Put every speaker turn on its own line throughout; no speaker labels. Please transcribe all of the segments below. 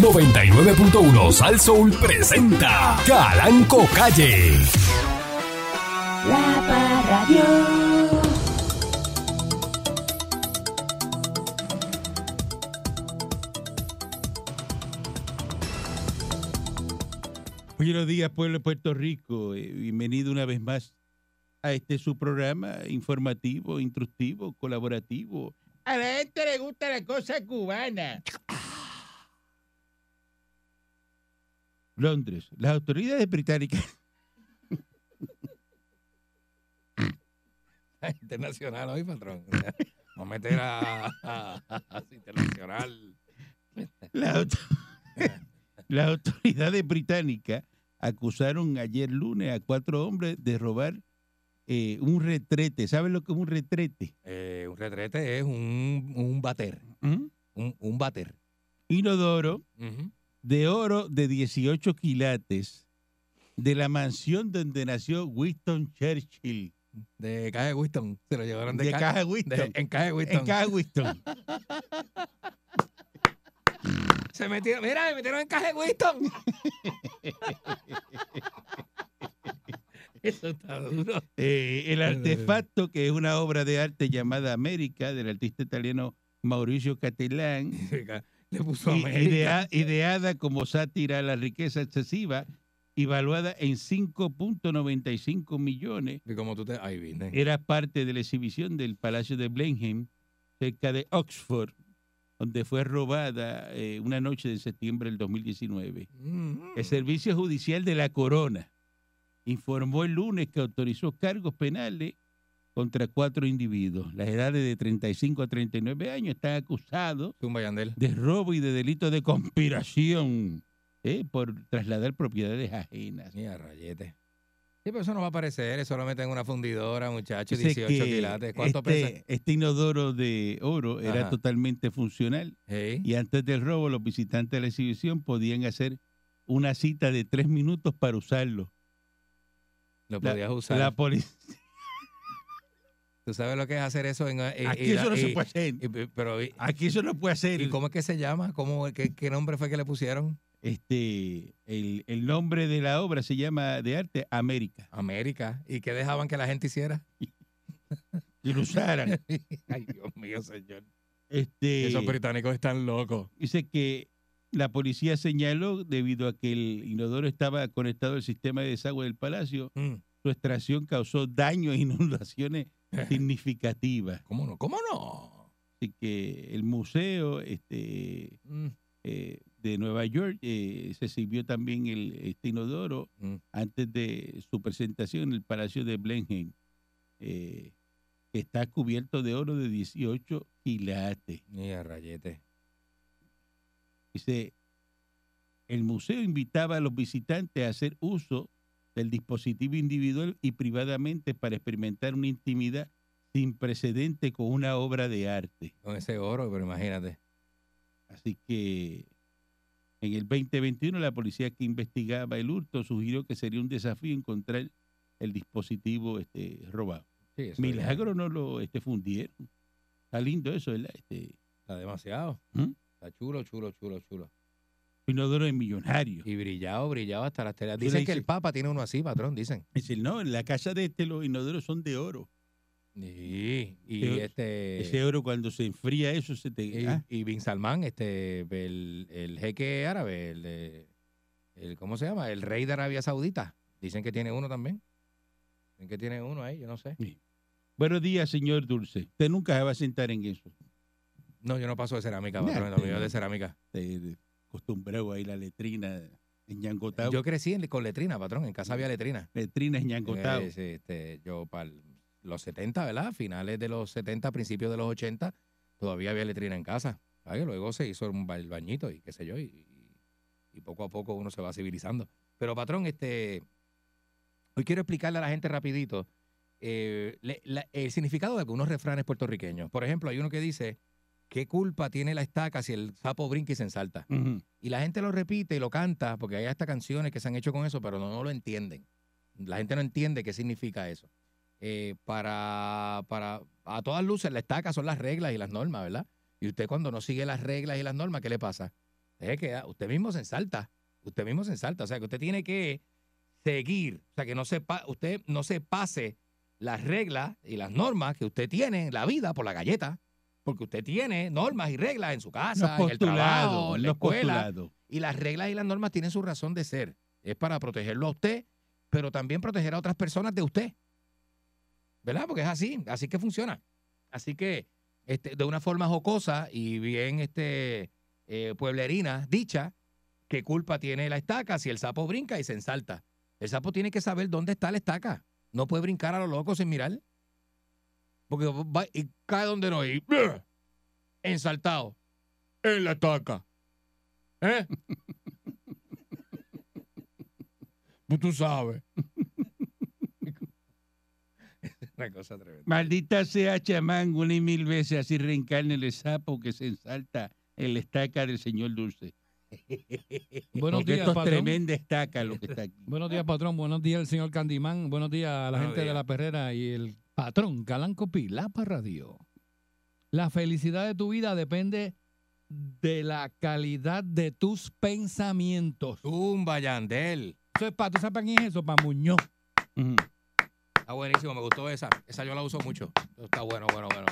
99.1 Sal Soul presenta Calanco Calle.
La Parradio.
Buenos días, pueblo de Puerto Rico. Bienvenido una vez más a su programa informativo, instructivo, colaborativo. A la gente le gusta la cosa cubana. Londres. Las autoridades británicas.
Internacional hoy, patrón. Vamos a meter a internacional.
Las autoridades británicas acusaron ayer lunes a 4 hombres de robar un retrete. ¿Saben lo que es un retrete?
Un retrete es un bater.
¿Mm?
Un bater.
Inodoro
Uh-huh.
de oro de 18 quilates de la mansión donde nació Winston Churchill.
De Caja de Winston. Se lo llevaron
De Caja Winston.
En Caja de Winston.
En Caja Winston.
Se metieron, mira, me metieron en Caja de Winston. Eso está duro.
El artefacto, que es una obra de arte llamada América, del artista italiano Mauricio Cattelan,
Le puso América.
ideada como sátira a la riqueza excesiva, evaluada en 5.95 millones,
Y como tú te... Ahí vine.
era parte de la exhibición del Palacio de Blenheim, cerca de Oxford, donde fue robada una noche de septiembre del 2019. El Servicio Judicial de la Corona informó el lunes que autorizó cargos penales contra 4 individuos. Las edades de 35 a 39 años están acusados
Zumba Yandel.
de robo y de delito de conspiración por trasladar propiedades ajenas.
Mira, rayete. Sí, pero eso no va a aparecer. Eso lo meten en una fundidora, muchachos.
Dice
18
que
quilates. ¿Cuánto pesa?
este inodoro de oro era
Ajá.
totalmente funcional
Hey.
y antes del robo los visitantes de la exhibición podían hacer una cita de 3 minutos para usarlo.
Lo podías usar.
La policía.
¿Tú sabes lo que es hacer eso?
Aquí eso no se puede hacer.
Pero,
Aquí eso no puede hacer.
¿y cómo es que se llama? ¿Qué nombre fue que le pusieron?
El nombre de la obra se llama de arte América.
América. ¿Y qué dejaban que la gente hiciera?
Y lo usaran.
Ay, Dios mío, señor.
Esos
británicos están locos.
Dice que la policía señaló, debido a que el inodoro estaba conectado al sistema de desagüe del palacio, su extracción causó daños e inundaciones significativas.
¿Cómo no? ¿Cómo no?
Así que el museo de Nueva York se sirvió también este inodoro antes de su presentación en el Palacio de Blenheim, que está cubierto de oro de 18 quilates.
Mira, rayete.
Dice, el museo invitaba a los visitantes a hacer uso del dispositivo individual y privadamente para experimentar una intimidad sin precedente con una obra de arte.
Con ese oro, pero imagínate.
Así que en el 2021 la policía que investigaba el hurto sugirió que sería un desafío encontrar el dispositivo robado.
Sí, eso
Milagro no lo fundieron. Está lindo eso, ¿verdad?
está demasiado. Está chulo.
Inodoro de millonario.
Y brillado hasta las telas.
Tú
Dicen
le
que el
dices-
Papa tiene uno así, patrón, dicen.
Es decir, no, en la casa de los inodoros son de oro.
Sí, y
Ese oro cuando se enfría eso se te...
y Bin Salman, el jeque árabe, ¿cómo se llama? El rey de Arabia Saudita. Dicen que tiene uno también. Dicen que tiene uno ahí, yo no sé.
Sí. Buenos días, señor Dulce. Usted nunca se va a sentar en eso.
No, yo no paso de cerámica,
Nah,
patrón, lo mío es de cerámica.
Acostumbrado ahí la letrina ñangotado.
Yo crecí con letrina, patrón, en casa había letrina.
Letrina ñangotado.
Yo para los 70, ¿verdad? Finales de los 70, principios de los 80, todavía había letrina en casa. ¿Sabes? Luego se hizo el bañito y qué sé yo, y poco a poco uno se va civilizando. Pero, patrón, hoy quiero explicarle a la gente rapidito el significado de algunos refranes puertorriqueños. Por ejemplo, hay uno que dice, ¿qué culpa tiene la estaca si el sapo brinca y se ensalta?
Ujú.
Y la gente lo repite y lo canta, porque hay hasta canciones que se han hecho con eso, pero no lo entienden. La gente no entiende qué significa eso. A todas luces, la estaca son las reglas y las normas, ¿verdad? Y usted cuando no sigue las reglas y las normas, ¿qué le pasa? Es que usted mismo se ensalta. Usted mismo se ensalta. O sea, que usted tiene que seguir. O sea, que usted no se pase las reglas y las normas que usted tiene en la vida por la galleta. Porque usted tiene normas y reglas en su casa, en el trabajo, en la escuela. Y las reglas y las normas tienen su razón de ser. Es para protegerlo a usted, pero también proteger a otras personas de usted. ¿Verdad? Porque es así que funciona. Así que, de una forma jocosa y bien pueblerina, dicha, ¿qué culpa tiene la estaca si el sapo brinca y se ensalta? El sapo tiene que saber dónde está la estaca. No puede brincar a lo loco sin mirar. Porque va y cae donde no hay. Ensaltado. En la estaca. ¿Eh? Pues tú sabes. Una cosa tremenda.
Maldita sea chamán, 1 y 1000 veces, así reencarne el sapo que se ensalta en la estaca del señor Dulce.
Buenos
Porque
días,
esto es
patrón.
tremenda estaca lo que está aquí.
Buenos días, patrón. Buenos días, el señor Candimán. Buenos días a la
Buenos
gente de
días.
La Perrera y el patrón Calanco Pilapa Radio. La felicidad de tu vida depende de la calidad de tus pensamientos.
Tumba, Yandel.
Eso es para, ¿tú sabes para quién es eso? Para Muñoz.
Ujú.
Está buenísimo, me gustó esa. Esa yo la uso mucho. Está bueno.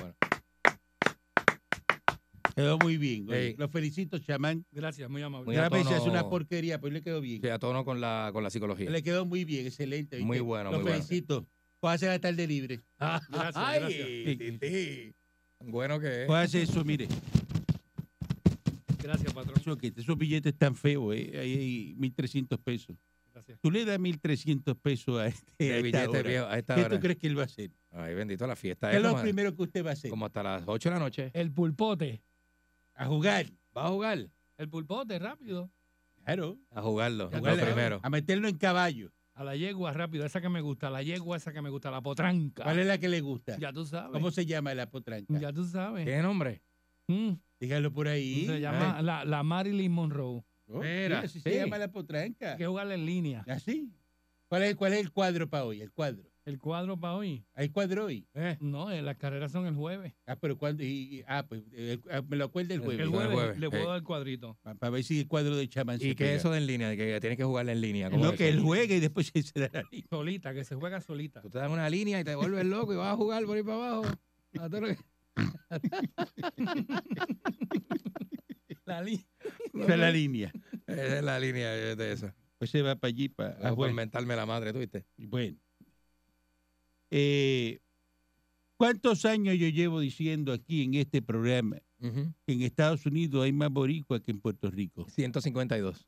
Quedó muy bien. Oye.
Sí.
Lo felicito, chamán.
Gracias, muy amable.
Muy
Ya
a
veces
tono-
hace una porquería, pero le quedó bien.
Sí, a tono con la psicología.
Le quedó muy bien, excelente. ¿viste?
Muy bueno,
Lo
muy bueno.
felicito. Puede hacer la tarde libre.
Gracias,
Ay,
gracias.
Titi. Bueno que es.
Puede hacer eso, mire.
Gracias, patrón.
Esos billetes tan feos, Ahí hay 1.300 pesos.
Gracias.
Tú le das 1.300 pesos a
De
esta
billete
hora.
viejo a esta
¿Qué
hora.
tú crees que él va a hacer?
Ay, bendito, la fiesta
¿Qué
es
es lo
como,
primero que usted va a hacer?
como hasta las 8 de la noche.
El pulpote.
A jugar.
¿Va a jugar?
El pulpote, rápido.
Claro.
A jugarlo.
Ya
Lo
tú sabes.
primero.
A meterlo en caballo.
A la yegua, rápido. Esa que me gusta. La yegua, esa que me gusta. La potranca.
¿Cuál es la que le gusta?
Ya tú sabes.
¿Cómo se llama la potranca?
Ya tú sabes.
¿Qué nombre?
Mm.
Dígalo por ahí.
Se llama la Marilyn Monroe.
Oh,
Mira,
sí, así
sí.
se llama la potranca.
Hay que jugarla en línea.
¿Así? ¿Cuál es el cuadro para hoy? El cuadro.
El cuadro para hoy.
¿Hay cuadro hoy?
No, las carreras son el jueves.
Pero ¿cuándo? Pues me lo acuerdo el jueves.
El
El
jueves,
jueves.
le puedo dar el cuadrito.
Para ver si el cuadro de chamán se
¿Y qué
pega.
es eso de en línea? Que tienes que jugarla en línea. ¿Cómo
No,
es
que
eso?
él juegue y después se da la línea.
Solita, que se juega solita.
Tú te das una línea y te vuelves loco y vas a jugar por ahí para abajo. A todo lo que-
La li-
Esa es la línea.
Esa es la línea de esa.
Pues se va para allí. Para
Por inventarme la madre, ¿tú viste?
Bueno. ¿Cuántos años yo llevo diciendo aquí en este programa que en Estados Unidos hay más boricuas que en Puerto Rico?
152.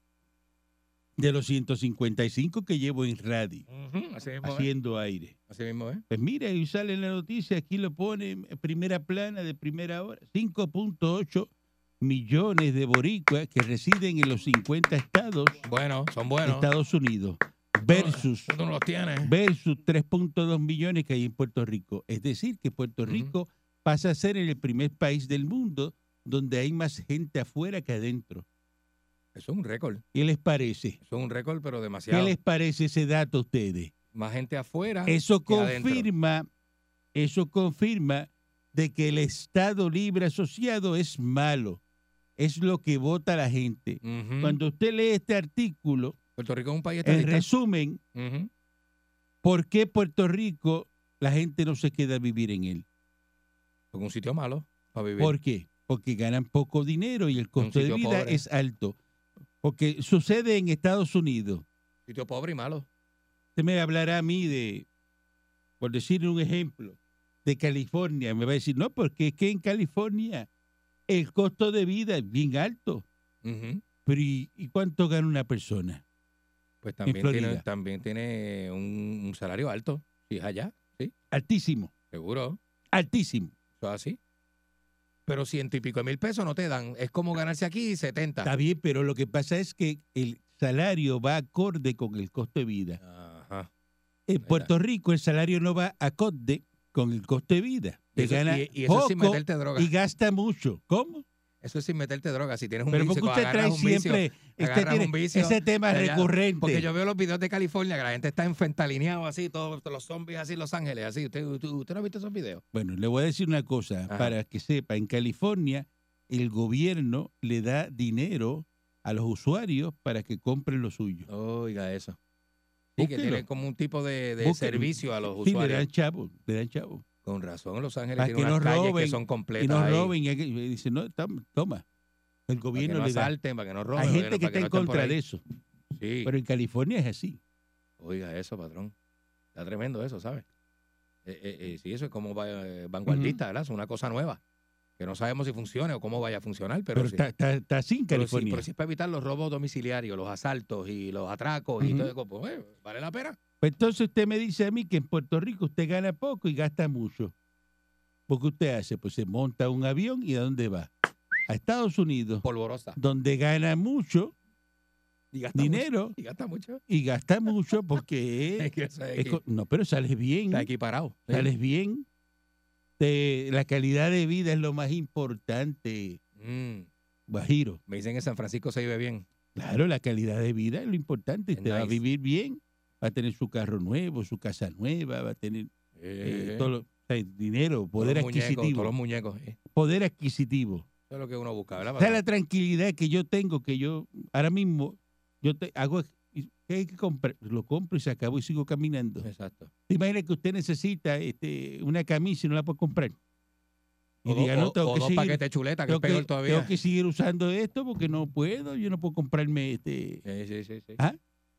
De los 155 que llevo en radio,
Así mismo es.
haciendo aire.
Así mismo es.
Pues mira, y sale en la noticia, aquí lo pone en primera plana de primera hora, 5.8 millones de boricuas que residen en los 50 estados
Bueno, son
de
buenos.
Estados Unidos versus
Tú no los tienes.
3.2 millones que hay en Puerto Rico. Es decir, que Puerto
Ujú.
Rico pasa a ser el primer país del mundo donde hay más gente afuera que adentro.
Eso es un récord.
¿Qué les parece?
Eso es un récord, pero
¿Qué
demasiado.
les parece ese dato a ustedes?
Más gente afuera.
Eso
que adentro.
confirma de que el Estado Libre Asociado es malo. Es lo que vota la gente.
Ujú.
Cuando usted lee este artículo,
Puerto Rico es un país
en
estadista.
resumen,
Ujú.
¿por qué Puerto Rico la gente no se queda a vivir en él?
Porque es un sitio malo para vivir.
¿Por qué? Porque ganan poco dinero y el costo de
sitio
vida
pobre.
es alto. Porque sucede en Estados Unidos.
Sitio pobre y malo.
Usted me hablará a mí de, por decir un ejemplo, de California. Me va a decir, no, porque es que en California el costo de vida es bien alto.
Ujú.
Pero ¿y cuánto gana una persona?
Pues
Florida.
también tiene un salario alto. Si es allá, sí,
Altísimo,
seguro.
altísimo.
Eso es así. Pero 100 y pico de 1,000 pesos no te dan. Es como ganarse aquí 70.
Está bien, pero lo que pasa es que el salario va acorde con el costo de vida.
Ajá.
En Puerto Rico el salario no va acorde con el costo de vida.
Y
Te
eso,
gana
y eso
poco
sin meterte droga.
y gasta mucho. ¿Cómo?
Eso es sin meterte droga. Si tienes un
Pero
vicio,
porque usted
agarras
trae
un vicio,
siempre
agarras un vicio,
ese tema
allá,
recurrente.
Porque yo veo los videos de California que la gente está enfentalineado así, todos los zombies así, Los Ángeles, así. ¿Usted no ha visto esos videos?
Bueno, le voy a decir una cosa
Ajá.
para que sepa. En California el gobierno le da dinero a los usuarios para que compren lo suyo.
Oiga, eso. Sí, que
Búsquelo.
tiene como un tipo de
Búsquelo.
servicio a los
Sí,
usuarios.
le dan chavo, le dan chavo.
Con razón, Los Ángeles
Para
tiene
que
unas
no
calles
roben,
que son completas
Y no
ahí.
roben. Y dice, no, toma. El
Para que
gobierno
no
le da.
asalten, para que no roben.
Hay
para
gente que
no
está en
estén por
contra
ahí.
de eso.
Sí.
Pero en California es así.
Oiga, eso, patrón. Está tremendo eso, ¿sabes? Sí, eso es como vanguardista, ¿verdad? Es una cosa nueva. Que no sabemos si funciona o cómo vaya a funcionar, pero,
Pero
sí.
está así en
Pero
California.
sí es para evitar los robos domiciliarios, los asaltos y los atracos y
Ujú.
todo eso. Pues, ¿vale la pena?
Pues entonces usted me dice a mí que en Puerto Rico usted gana poco y gasta mucho. ¿Por qué usted hace? Pues se monta un avión y ¿a dónde va? A Estados Unidos,
Polvorosa.
donde gana mucho
Y gasta
dinero
mucho. Y gasta mucho.
y gasta mucho porque
Es que eso es
no, pero sales bien,
está equiparado. Sí.
sales bien. La calidad de vida es lo más importante,
Mm.
Guajiro.
Me dicen que en San Francisco se vive bien.
Claro, la calidad de vida es lo importante.
Es
Usted va a
nice.
vivir bien, va a tener su carro nuevo, su casa nueva, va a tener todo dinero, poder adquisitivo.
Todos los muñecos.
Poder adquisitivo.
Eso es lo que uno busca, ¿verdad?
O sea, la tranquilidad que yo tengo, que yo ahora mismo, yo te hago, ¿qué hay que comprar? Lo compro y se acabó y sigo caminando.
Exacto.
¿Te imaginas que usted necesita una camisa y no la puede comprar? Y
O,
diga, no, tengo que
dos
seguir,
paquetes de chuleta, que es
tengo
peor
que,
todavía.
tengo que seguir usando esto porque no puedo, yo no puedo comprarme
Sí.
¿Ah?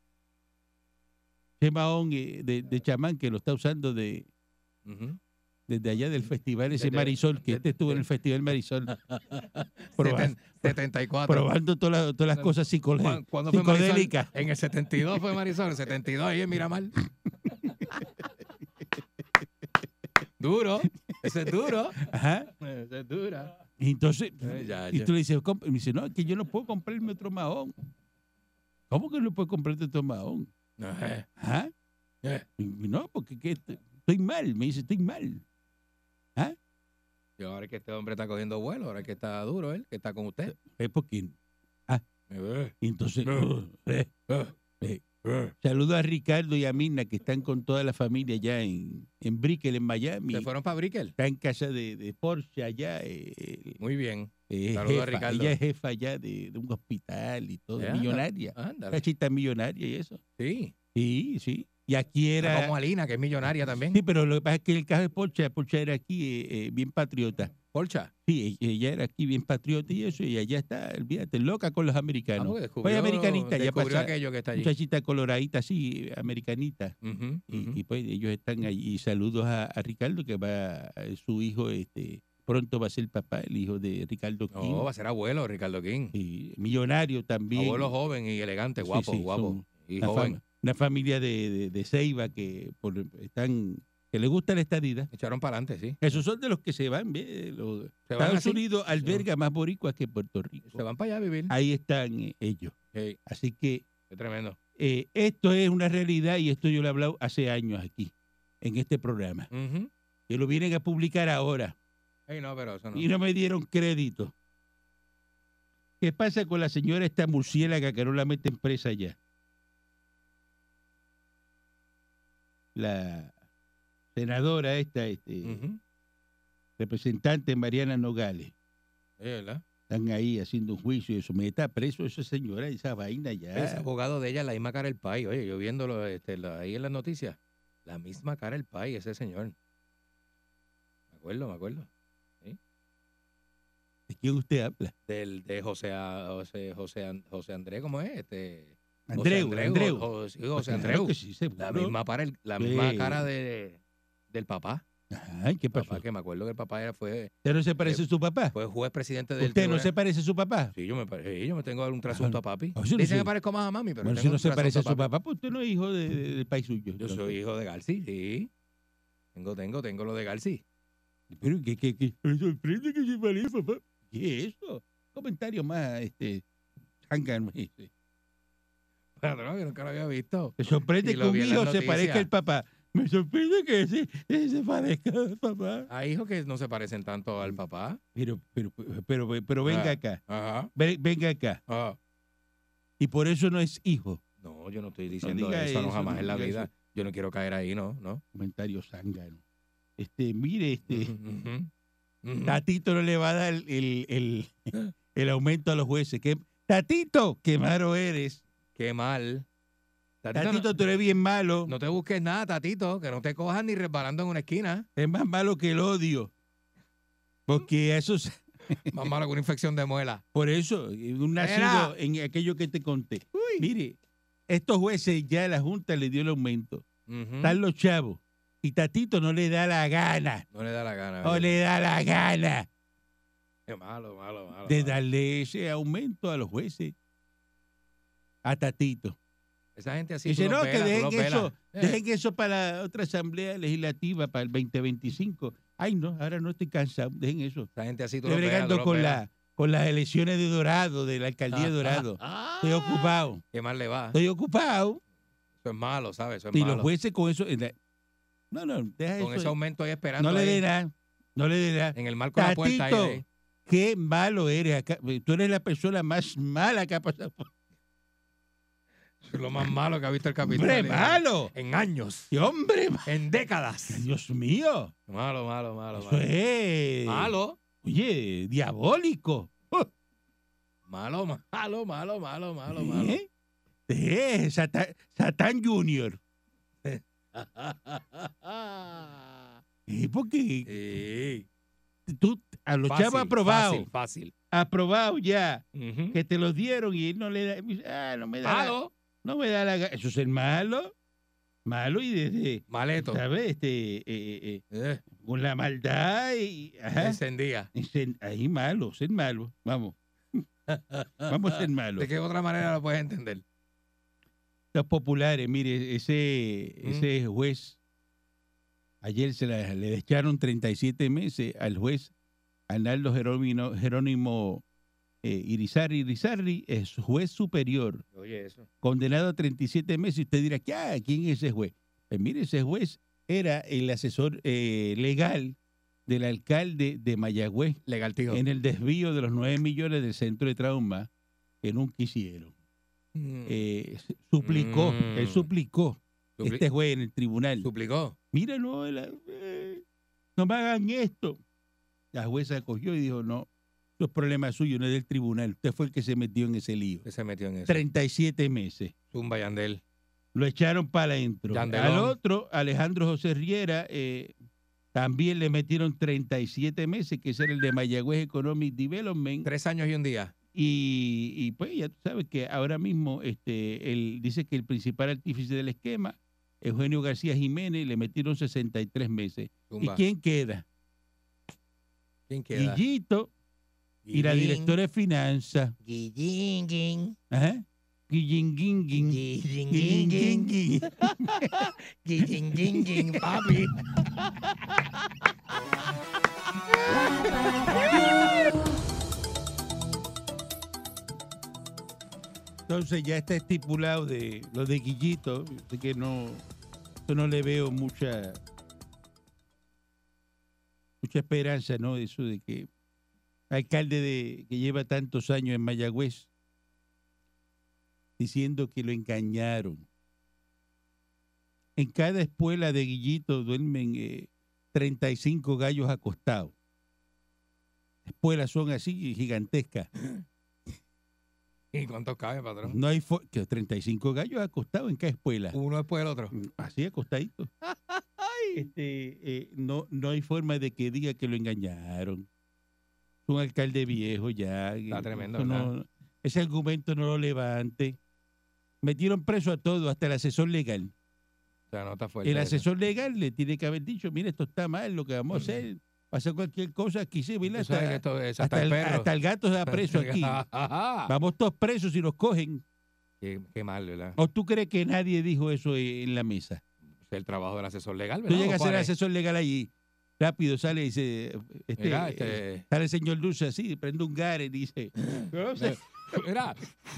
ese mahón de chamán que lo está usando
Ujú.
desde allá del festival ese
Desde-
Marisol, que
de-
estuvo en el festival Marisol, probando,
74.
probando todas las cosas
¿Cuándo fue Marisol?
psicodélicas.
En el 72 fue Marisol, en el 72 ahí en Miramar. Duro, ese es duro.
Ajá.
Ese es duro.
Y entonces,
Ya.
y tú le dices, y me dice, no, es que yo no puedo comprarme otro mahón. ¿Cómo que no puedes comprarte otro mahón? ¿Ah? Y no, porque estoy mal. Me dice, estoy mal. ¿Ah?
Y ahora es que este hombre está cogiendo vuelo, ahora es que está duro él, que está con usted.
Es porque. Y entonces. Saludo a Ricardo y a Mirna, que están con toda la familia allá en Brickell, en Miami.
¿Se fueron para Brickell?
Está en casa de Porsche allá.
Muy bien.
Es
Saludos a
jefa.
Ricardo.
Ella es jefa allá de un hospital y todo.
Ándale,
Millonaria.
ándale.
La chita millonaria y eso.
Sí.
Sí. Y aquí era.
Como Alina, que es millonaria también.
Sí, pero lo que pasa es que en el caso de Porsche era aquí bien patriota.
Porcha.
Sí, ella era aquí bien patriota y eso, y allá está, olvídate, loca con los americanos.
porque
Oye, americanita, ya
descubrió
pasa,
aquello que está allí.
muchachita coloradita así, americanita.
Ujú, ujú.
Y pues ellos están allí. Y saludos a Ricardo, que su hijo, pronto va a ser papá, el hijo de Ricardo King.
No, va a ser abuelo, Ricardo King.
Y millonario también.
Abuelo joven y elegante,
Sí,
guapo,
sí,
guapo.
son
Y
una,
joven.
una familia de Ceiba que le gusta la estadía.
Echaron para adelante, sí.
Esos son de los que se van.
Se van
Estados
así.
Unidos alberga más boricuas que Puerto Rico.
Se van para allá a vivir.
Ahí están ellos.
Sí,
Así que
qué tremendo.
esto es una realidad y esto yo lo he hablado hace años aquí, en este programa.
Ujú.
Que lo vienen a publicar ahora
Ey, no, pero eso no.
y no me dieron crédito. ¿Qué pasa con la señora esta murciélaga que no la meten presa ya? La senadora esta,
Ujú.
representante Mariana Nogales.
Sí, ¿verdad?
Están ahí haciendo un juicio y eso. Me está preso esa señora, esa vaina ya.
Ese abogado de ella, la misma cara del país. Oye, yo viéndolo ahí en las noticias, la misma cara del país, ese señor. Me acuerdo.
¿De quién usted habla?
De José Andrés, ¿cómo es?
Andreu.
José
Claro
Andreu.
que sí, seguro.
La misma cara del papá.
Ay, ¿qué pasó?
Papá, que me acuerdo que el papá fue
¿Usted no se parece a su papá?
juez presidente del
¿Usted no
tribunal.
se parece a su papá?
Sí, yo me tengo un trasunto a papi.
Ah, eso no
Dicen
sé.
que parezco más a mami, pero
Bueno, si
tengo
no
un
se parece a
trasunto
su
papi.
papá, pues usted no es hijo del país suyo.
Yo soy hijo de Garci, sí. Tengo lo de Garci.
Pero que me sorprende que se parezca, papá. ¿Qué es eso? Comentario más, zángano ese.
Pero no, que nunca lo había visto.
Me sorprende
Y
que
lo
un
vi en
hijo
las
se
noticias.
parezca al papá. Me sorprende que se parezca al papá.
Hay hijos que no se parecen tanto al papá.
Pero venga acá.
Ajá.
Venga acá.
Ajá.
Y por eso no es hijo.
No, yo no estoy diciendo
diga
eso, no
eso,
jamás
no
en la
diga
vida.
eso.
Yo no quiero caer ahí, no.
Comentario zángano. Mire,
Ujú.
Tatito no le va a dar el aumento a los jueces. Tatito, qué malo eres.
Qué mal.
Tatito, tú eres bien malo.
No te busques nada, Tatito, que no te cojas ni resbalando en una esquina.
Es más malo que el odio. Porque eso es...
Más malo que una infección de muela.
Por eso, un nacido en aquello que te conté. Mire, estos jueces ya la Junta le dio el aumento. Están los chavos. Y Tatito no le da la gana.
No le da la gana.
No le da la gana
Qué malo.
de darle ese aumento a los jueces. A Tatito.
Esa gente así.
Dice,
tú los
no, que
velas, tú los velas.
dejen eso para la otra asamblea legislativa, para el 2025. Ay, no, ahora no estoy cansado, dejen eso.
Esa gente así, tú
Estoy
los velas, tú
bregando
los velas.
con las elecciones de Dorado, de la alcaldía de Dorado. Estoy ocupado.
Qué mal le va.
Estoy ocupado.
Eso es malo, ¿sabes? Eso es
Y
malo.
los jueces con eso... No, deja
Con
eso.
ese aumento ahí esperando.
No le
ahí,
dé nada. No le dé nada.
en el marco de la puerta.
Tatito,
Ahí,
qué malo eres. Acá. Tú eres la persona más mala que ha pasado.
Eso es lo más malo que ha visto el capitán.
¡Hombre, malo!
En años.
¡Qué hombre!
En décadas.
¡Dios mío!
Malo.
Eso es...
Malo.
Oye, diabólico.
Malo.
Satán Junior. Porque tú a los chavos aprobados.
Fácil.
Aprobado ya.
Ujú.
Que te los dieron y él no le da. No me da.
Malo.
No me da la gana. Eso es el malo. Malo y desde.
Maleto.
¿Sabes? Con la maldad y. Ajá.
Encendía.
Ahí malo, ser malo. Vamos. Vamos a ser malos.
¿De qué otra manera lo puedes entender?
Los populares, mire, ese juez, ayer le echaron 37 meses al juez Arnaldo Jerónimo Irizarry, es juez superior,
Oye, eso.
condenado a 37 meses. Y usted dirá, ¿quién es ese juez? Pues mire, ese juez era el asesor legal del alcalde de Mayagüez
Legal, tío.
en el desvío de los 9 millones del centro de trauma que nunca hicieron. Él suplicó, este juez en el tribunal.
¿Suplicó?
Mira, no me hagan esto. La jueza acogió y dijo, no, eso es problema suyo, no es del tribunal. Usted fue el que se metió en ese lío.
¿Qué se metió en eso?
37 meses.
Zumba Yandel.
Lo echaron para adentro.
Yandelón.
Al otro, Alejandro José Riera, también le metieron 37 meses, que ese era el de Mayagüez Economic Development.
3 años y un día.
Y pues ya tú sabes que ahora mismo él dice que el principal artífice del esquema, Eugenio García Jiménez, le metieron 63 meses.
Zumba.
¿Y quién queda?
¿Quién queda?
Guillito y la directora de finanzas.
Guillín.
Ajá. Guillinguinguin. Guillinguinguin.
Guillín, papi.
Entonces ya está estipulado de lo de Guillito, así que yo no le veo mucha esperanza, ¿no? De eso de que alcalde que lleva tantos años en Mayagüez diciendo que lo engañaron. En cada espuela de Guillito duermen 35 gallos acostados. Espuelas son así gigantescas.
¿Y cuántos cabe, patrón?
No hay 35 gallos acostados en cada espuela.
Uno después del otro.
Así acostadito. No hay forma de que diga que lo engañaron. Es un alcalde viejo ya.
Está tremendo,
Eso
¿verdad?
ese argumento no lo levante. Metieron preso a todos, hasta el asesor legal.
O sea, no está fuerte.
El
eso.
asesor legal le tiene que haber dicho, mira, esto está mal, lo que vamos a hacer. Pasa cualquier cosa aquí, sí, mira,
Tú sabes que
hasta,
esto es hasta el perro.
hasta el gato se da preso aquí.
Ajá.
Vamos todos presos y los cogen.
Qué mal, ¿verdad?
¿O tú crees que nadie dijo eso en la mesa?
Es el trabajo del asesor legal,
Tú
¿verdad?
llegas a ser
compadre?
asesor legal allí, rápido sale y dice,
Mira,
sale el señor Dulce así, prende un gare y dice, no sé,
Mira,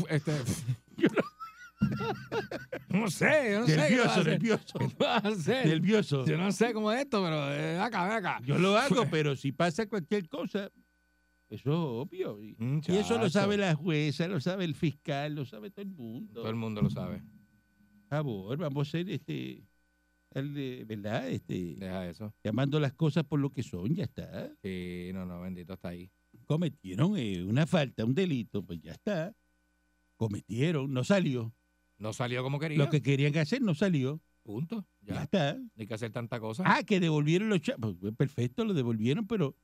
no sé, yo no sé. ¿qué vas a
nervioso,
hacer? ¿Qué vas a hacer?
nervioso.
Yo no sé cómo es esto, pero ven acá.
Yo lo hago, pero si pasa cualquier cosa, eso es obvio. Y eso lo sabe la jueza, lo sabe el fiscal, lo sabe todo el mundo.
Todo el mundo lo sabe.
Por favor, vamos a ser ¿verdad?
Deja eso.
Llamando las cosas por lo que son, ya está.
Sí, no, bendito, está ahí.
Cometieron una falta, un delito, pues ya está. Cometieron, no salió.
No salió como quería.
Lo que querían hacer no salió.
Punto.
Ya
Ya.
está.
No hay que hacer tanta cosa.
Ah, que devolvieron los chavos. Pues, perfecto, lo devolvieron, pero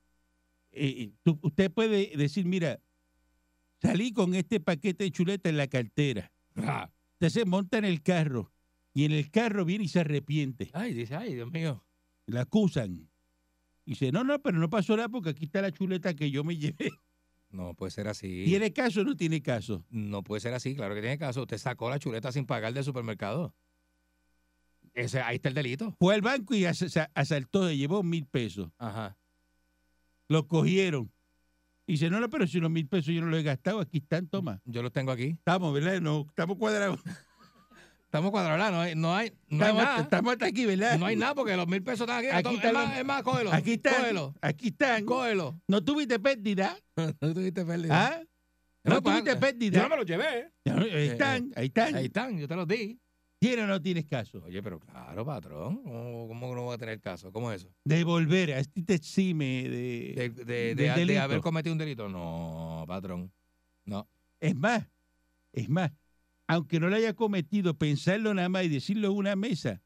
usted puede decir, mira, salí con este paquete de chuleta en la cartera.
Ah.
Usted se monta en el carro y en el carro viene y se arrepiente.
Ay, dice, ay, Dios mío.
La acusan. Y dice, no, pero no pasó nada porque aquí está la chuleta que yo me llevé.
No puede ser así.
¿Tiene caso o no tiene caso?
No puede ser así, claro que tiene caso. Usted sacó la chuleta sin pagar del supermercado. Ahí está el delito.
Fue al banco y asaltó, se llevó 1,000 pesos.
Ajá.
Lo cogieron. Y dice, no, pero si los 1,000 pesos yo no los he gastado, aquí están, toma.
Yo los tengo aquí.
Estamos, ¿verdad? No, estamos cuadrados.
Estamos cuadrados, ¿verdad? No hay nada.
Estamos hasta aquí, ¿verdad?
No hay nada porque los 1,000 pesos están aquí.
Aquí están
Es más, cógelo.
Aquí están.
Cógelo.
Aquí están.
Cógelo.
¿No tuviste pérdida?
No tuviste pérdida.
¿Ah? ¿No tuviste pérdida?
Yo no me los llevé.
Ahí están, ahí están.
Ahí están, yo te los di.
¿Tienes o no tienes caso?
Oye, pero claro, patrón. ¿Cómo no va a tener caso? ¿Cómo es eso?
Devolver, a este te exime de
De
del delito.
haber cometido un delito. No, patrón. No.
Es más, aunque no lo haya cometido, pensarlo nada más y decirlo en una mesa,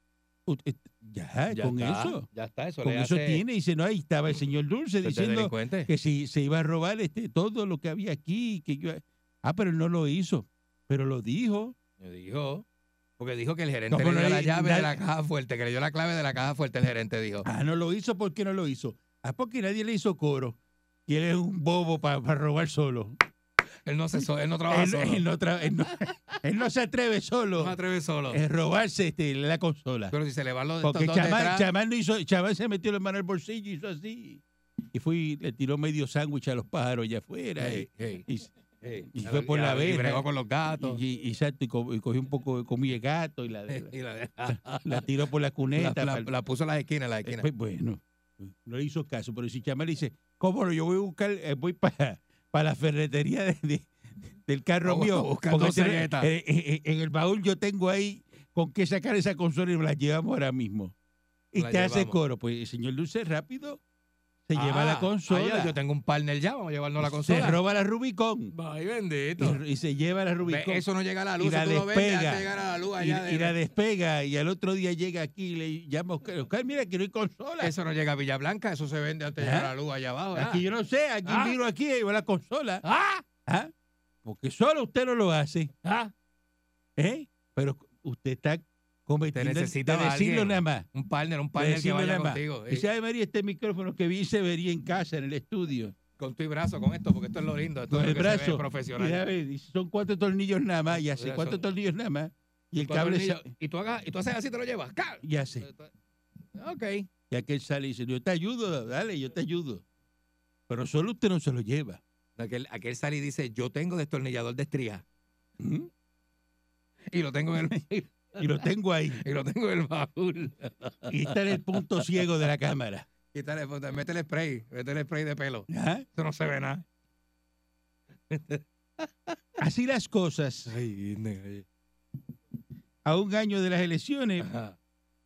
ya con
está,
eso.
Ya está, eso
Con
le
eso
hace
tiene, dice, no, ahí estaba el señor Dulce
ser
diciendo
delincuente.
que si se iba a robar todo lo que había aquí. Pero él no lo hizo, pero lo dijo.
Me dijo, porque dijo que el gerente
¿Cómo
le dio
no
la
le-
llave
da-
de la caja fuerte, que le dio la clave de la caja fuerte el gerente, dijo.
No lo hizo, ¿por qué no lo hizo? Porque nadie le hizo coro. Y él es un bobo para robar solo.
Él no trabaja solo.
Él no se atreve solo
No me atreve solo.
a robarse la consola.
Pero si se le van los
Porque
estos dos detrás,
Chamán se metió la mano al bolsillo y hizo así. Y le tiró medio sándwich a los pájaros allá afuera.
hey, hey,
y
hey.
fue por la
Y
verja.
bregó con los gatos.
Exacto, y cogió un poco, comía gato y
Y
la tiró por la cuneta.
la puso en las esquinas,
Pues, bueno, no le hizo caso, pero si Chamán dice, ¿cómo no? Yo voy a buscar, voy para la ferretería del carro mío.
Buscando
porque
galletas.
en el baúl yo tengo ahí con qué sacar esa consola y me la llevamos ahora mismo. Y
La
te hace
llevamos.
coro. Pues el señor Dulce rápido se lleva la consola.
Yo tengo un partner ya, vamos a llevarnos la
se
consola.
roba la Rubicon.
Ay, bendito.
Y se lleva la
Ve,
Rubicon.
eso no llega a la luz,
y la
eso tú lo ves antes
despega.
de llegar a la luz
y,
allá.
y la despega y al otro día llega aquí y le llama a Oscar, mira que no hay consola.
Eso no llega a Villa Blanca, eso se vende antes de llegar a la luz allá abajo.
Aquí yo no sé, aquí miro aquí y llevo la consola.
¡Ah!
Porque solo usted no lo hace.
¡Ah!
Pero usted está cometiendo
Te necesita
de decirlo
alguien.
nada más.
Un partner
De
que
decirlo
vaya
nada más.
contigo.
Dice, ay María, este micrófono que vi se vería en casa, en el estudio.
Con tu brazo, con esto, porque esto es lo lindo. Esto
Con
es
el
lo que se ve
brazo.
profesional.
Mira, ve, dice, son 4 tornillos nada más, ya sé,
Ya
4
son-
tornillos nada más. Y el
Cuatro
cable
tornillos, y tú haces así, te lo llevas. ¡Ca!
ya sé.
Ok.
Y aquel sale y dice, yo te ayudo, dale, yo te ayudo. Pero solo usted no se lo lleva.
Aquel sale y dice, yo tengo destornillador de estría.
¿Mm?
Y lo tengo en el,
Y lo tengo ahí.
y lo tengo en el baúl.
Y está en el punto ciego de la cámara.
Y mete el spray de pelo.
¿Ah?
Eso no se ve nada.
Así las cosas. A un año de las elecciones,
Ajá.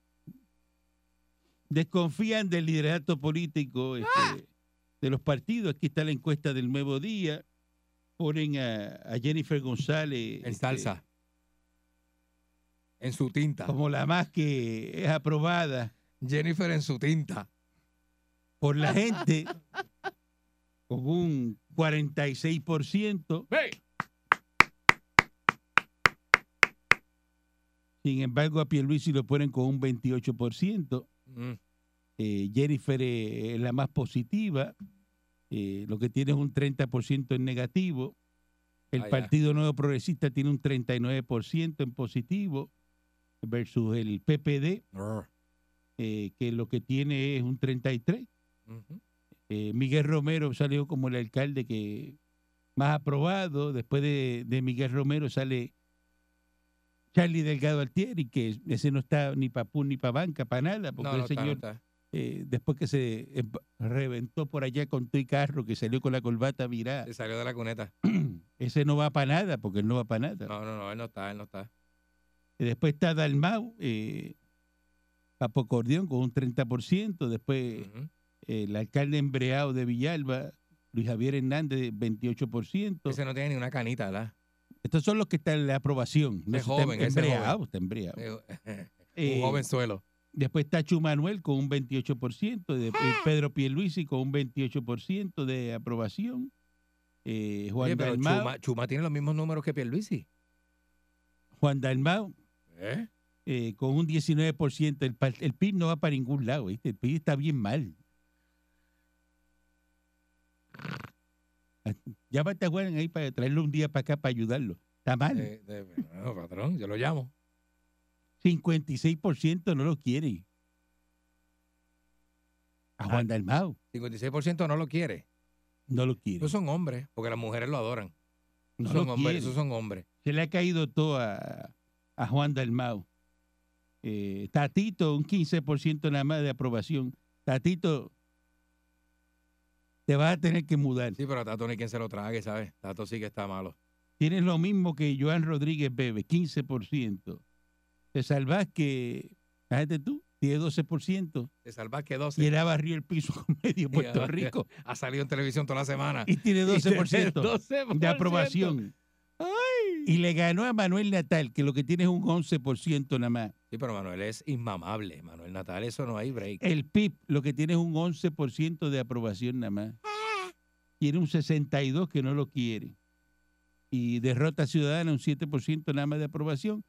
desconfían del liderato político de los partidos. Aquí está la encuesta del Nuevo Día. Ponen a Jennifer González
En salsa. En su tinta.
como la más que es aprobada
Jennifer en su tinta.
por la gente con un 46%.
¡Hey!
Sin embargo, a Pierluisi lo ponen con un 28%. Jennifer es la más positiva. Lo que tiene es un 30% en negativo. El
ya.
Partido Nuevo Progresista tiene un 39% en positivo versus el PPD, que lo que tiene es un 33%.
Ujú.
Miguel Romero salió como el alcalde que más aprobado. Después de Miguel Romero sale Charlie Delgado Altieri, que ese no está ni para PUN ni para banca, para nada, porque el señor,
está.
después que se reventó por allá con tu y carro, que salió con la corbata virada,
Se salió de la cuneta.
ese no va para nada, porque él no va para nada.
No, él no está.
Y después está Dalmau, Papo Cordión con un 30%, después
Ujú.
el alcalde embreado de Villalba, Luis Javier Hernández, 28%.
Ese no tiene ni una canita, ¿verdad?
Estos son los que están en la aprobación.
Ese
está
joven, ese
embreado,
joven.
está embreado.
Un
Eh,
jovenzuelo.
Después está Chu Manuel con un 28%, después Pedro Pierluisi con un 28% de aprobación. Juan
Oye, pero
Dalmau,
Chuma tiene los mismos números que Pierluisi.
Juan Dalmau
¿Eh?
con un 19%. El PIB no va para ningún lado, ¿viste? El PIB está bien mal. Llámate a Juan ahí para traerlo un día para acá para ayudarlo. Está mal.
No, patrón, yo lo llamo.
56% no lo quiere. A Juan Dalmau
56% no lo quiere.
no lo quiere.
Esos son hombres, porque las mujeres lo adoran.
No
Esos
lo
son hombres,
quiere.
esos son hombres.
Se le ha caído todo a Juan Dalmau. Tatito, un 15% nada más de aprobación. Tatito, te vas a tener que mudar.
Sí, pero a Tato ni quien se lo trague, ¿sabes? Tato sí que está malo.
Tienes lo mismo que Joan Rodríguez Bebe, 15%. César Vázquez, fíjate tú, tiene 12%.
De salvar que 12.
Y él ha barrido el piso con medio Puerto Rico.
Ha salido en televisión toda la semana.
Y tiene 12%
12%.
de aprobación. Y le ganó a Manuel Natal, que lo que tiene es un 11% nada más.
Sí, pero Manuel es inmamable. Manuel Natal, eso no hay break.
El PIB, lo que tiene es un 11% de aprobación nada más. Tiene un 62% que no lo quiere. Y Derrota Ciudadana, un 7% nada más de aprobación,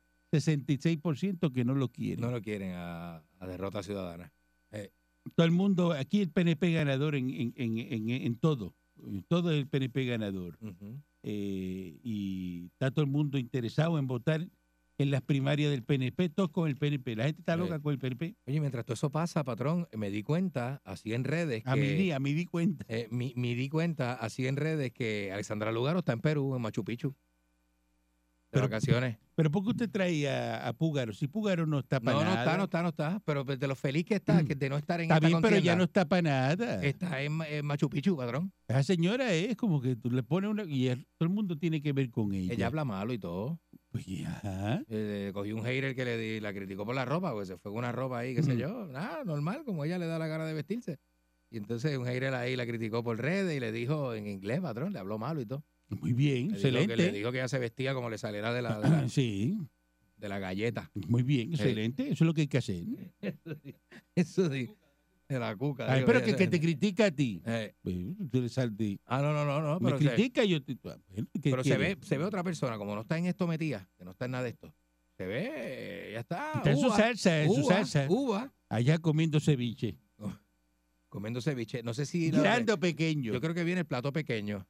66% que no lo quiere.
No lo quieren a Derrota Ciudadana.
Todo el mundo, aquí el PNP ganador en todo. En todo el PNP ganador.
Ujú.
Y está todo el mundo interesado en votar en las primarias del PNP, todos con el PNP. La gente está loca con el PNP.
Oye, mientras todo eso pasa, patrón, me di cuenta, así en redes,
A mí di cuenta.
me di cuenta, así en redes, que Alexandra Lugaro está en Perú, en Machu Picchu, de
Pero-
vacaciones.
Pero ¿por qué usted trae a Púgaro? Si Púgaro no está para nada.
No está, pero de lo feliz que está, que de no estar en
Está
esta
bien, pero ya
contienda,
no está para nada.
está en Machu Picchu, patrón.
Esa señora es como que tú le pones una... Y todo el mundo tiene que ver con ella.
Ella habla malo y todo.
Pues ya.
Cogió un hater que la criticó por la ropa, porque se fue con una ropa ahí, qué sé yo, nada, normal, como ella le da la gana de vestirse. Y entonces un hater ahí la criticó por redes y le dijo en inglés, patrón, le habló malo y todo.
Muy bien,
Le
excelente.
dijo que ella se vestía como le saliera de
Sí,
la galleta.
muy bien, excelente. Eso es lo que hay que hacer.
Eso sí, de la cuca.
Ay,
digo,
pero que te critica a ti.
eh,
Pues, tú le salte.
no,
Me
pero,
critica y yo te... Bueno, ¿qué
pero se
quieres?
ve otra persona, como no está en esto metida, que no está en nada de esto. Se ve, ya está.
Está en su salsa, en su salsa.
Uva,
Allá comiendo ceviche.
comiendo ceviche. No sé si...
Grande o pequeño.
Yo creo que viene el plato pequeño.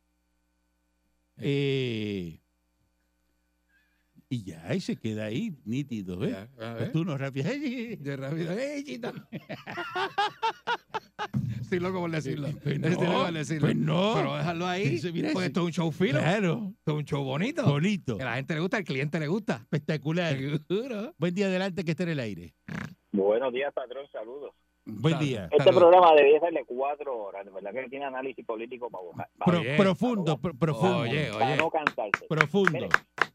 Y ya, y se queda ahí, nítido, ¿eh?
Ya, a
Pues
ver.
tú no rapias.
De rápido. ¡Ey, chita! Estoy loco por decirlo.
Pues
Estoy loco
no,
por decirlo.
pues no.
Pero déjalo ahí.
Eso, mira,
Porque
eso.
esto es un show fino.
Claro,
Esto es un show bonito.
bonito,
Que a la gente le gusta, al cliente le gusta.
espectacular.
Seguro.
Buen día adelante que esté en el aire.
Buenos días, patrón, saludos.
Buen
Salud.
día.
Este
Saludos.
programa debía ser de 4 horas, de verdad que tiene análisis político para buscar,
Oye.
Profundo, profundo.
Oye,
para
oye.
no cansarse.
Profundo.
Mire,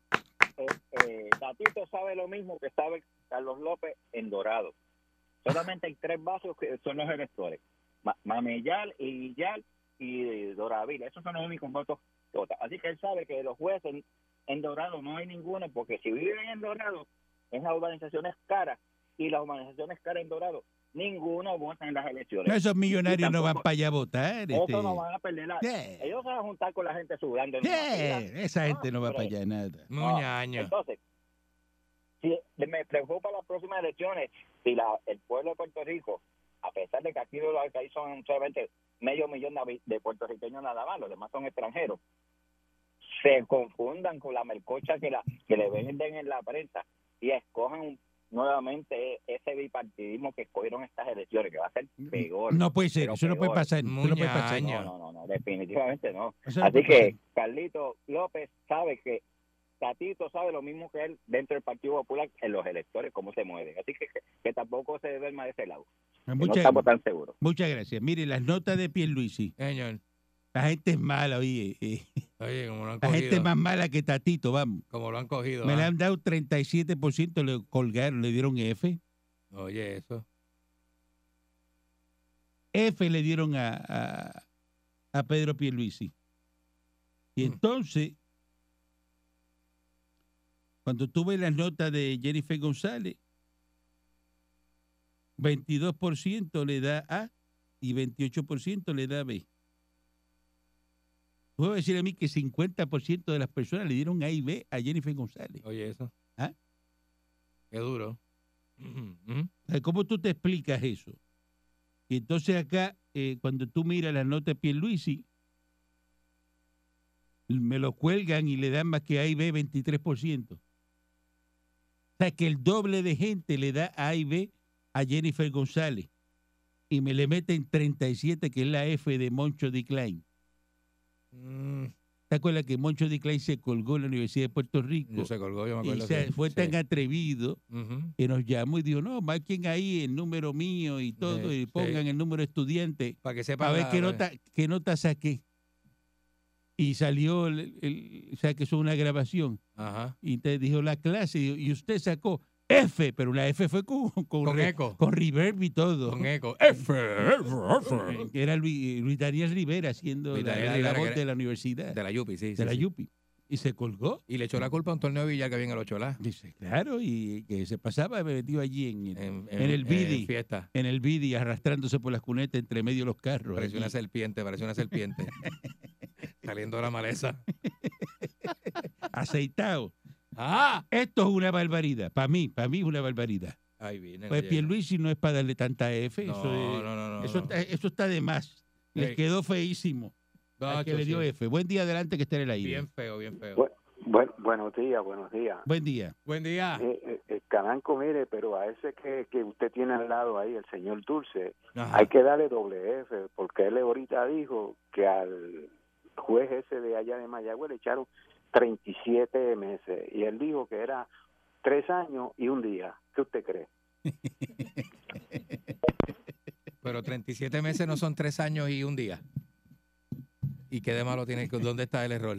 Tatito sabe lo mismo que sabe Carlos López en Dorado. Solamente hay 3 vasos que son los electores. Mameyal, Illal y Doravila. Esos son los únicos votos que votan. Así que él sabe que los jueces en Dorado no hay ninguno, porque si viven en Dorado, es las urbanizaciones caras, y las urbanizaciones caras en Dorado, ninguno vota en las elecciones.
No, esos millonarios
Y
no van
tampoco-
para allá a votar.
Eso no van a perder la...
Yeah.
Ellos se van a juntar con la gente sudando en una
Yeah,
fila.
esa gente no va
pero-
para allá nada.
Muñaño.
Entonces, si me preocupa las próximas elecciones, si el pueblo de Puerto Rico, a pesar de que aquí los alcaldes son solamente 500,000 de puertorriqueños nada más, los demás son extranjeros, se confundan con la melcocha que le venden en la prensa y escojan nuevamente ese bipartidismo que escogieron estas elecciones, que va a ser peor.
No puede ser,
Pero
eso no puede
peor.
pasar. Eso no puede pasar.
Muñaño.
No, definitivamente no.
Eso no
Así
puede
que
pasar.
Carlito López sabe que Tatito sabe lo mismo que él dentro del Partido Popular en los electores, cómo se mueven. Así que tampoco se duerma de ese lado. Que no
Muchas,
estamos tan seguros.
muchas gracias. Mire, las notas de Pierluisi.
Señor.
La gente es mala, oye.
Oye, como lo han
La gente es
cogido.
más mala que Tatito, vamos.
Como lo han cogido.
Me
¿ah?
le han dado 37%, le colgaron, le dieron F.
Oye, eso.
F le dieron a Pedro Pierluisi. Y entonces, cuando tú ves las notas de Jennifer González, 22% le da A y 28% le da B. Puedo decir a mí que 50% de las personas le dieron A y B a Jennifer González.
Oye, eso.
¿Ah?
Qué duro.
O sea, ¿cómo tú te explicas eso? Y entonces acá, cuando tú miras las notas de Pierluisi, me lo cuelgan y le dan más que A y B 23%. O sea, que el doble de gente le da A y B a Jennifer González. Y me le meten 37, que es la F de Moncho D. Klein. ¿Te acuerdas que Moncho D. Klein se colgó en la Universidad de Puerto Rico?
Yo se colgó, yo me
Y
acuerdo.
fue
sí.
tan atrevido
Ujú.
que nos llamó y dijo, no, marquen ahí el número mío y todo,
Sí,
y pongan el número de estudiante
Para que sepa.
para ver qué nota saqué. Y salió, o sea, que eso es una grabación.
Ajá.
Y te dijo la clase, y usted sacó F, pero la F fue con
eco.
con reverb y todo.
Con eco.
Que era Luis Daniel Rivera haciendo
Luis Daniel
la
Rivera,
voz
que era
de la universidad,
De la Yupi, sí.
de la Yupi. Y se colgó.
Y le echó la culpa a un torneo de billar que había en el Ocholá.
Dice, claro, y que se pasaba metido allí en el Bidi,
fiesta.
en el Bidi, arrastrándose por las cunetas entre medio de los carros.
Parecía una serpiente. Saliendo de la maleza.
Aceitado.
¡Ah!
Esto es una barbaridad. Para mí es una barbaridad.
Ahí viene.
Pues Pierluisi no es para darle tanta F.
No.
Eso está de más. Les
Ey.
quedó feísimo. Al que le dio F. Buen día, adelante, que esté en el aire.
Bien feo, bien feo.
Buenos días.
Buen día.
Buen día.
Caranco, mire, pero a ese que usted tiene al lado ahí, el señor Dulce,
Ajá.
hay que darle doble F, porque él ahorita dijo que al juez ese de allá de Mayagüez le echaron 37 meses, y él dijo que era 3 años y un día. ¿Qué usted cree?
Pero 37 meses no son 3 años y un día. ¿Y qué de malo tiene? ¿Dónde está el error?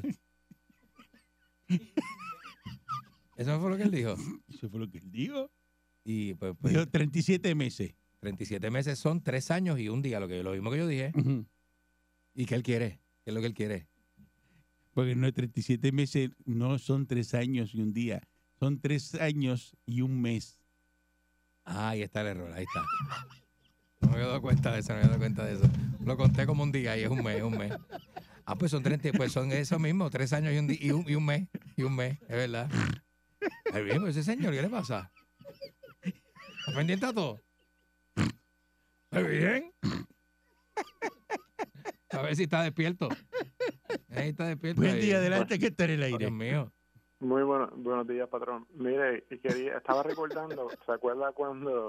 ¿Eso no fue lo que él dijo?
Eso fue lo que él dijo.
Y pues
Dijo 37 meses.
37 meses son 3 años y un día, lo mismo que yo dije.
Ujú.
¿Y qué él quiere? ¿Qué es lo que él quiere?
Porque no, 37 meses no son 3 años y un día. Son 3 años y un mes.
Ah, ahí está el error, ahí está. No me había dado cuenta de eso, Lo conté como un día y es un mes. Ah, pues son 30, pues son eso mismo, 3 años y un día, y un mes, es verdad. Ahí mismo, ese señor, ¿qué le pasa? ¿Está pendiente a todo? ¿Está bien? A ver si está despierto. Ahí está despierto.
Buen
ahí.
día, adelante, que está en el aire.
Dios mío.
Muy buenos días, patrón. Mire, estaba recordando, ¿se acuerda cuando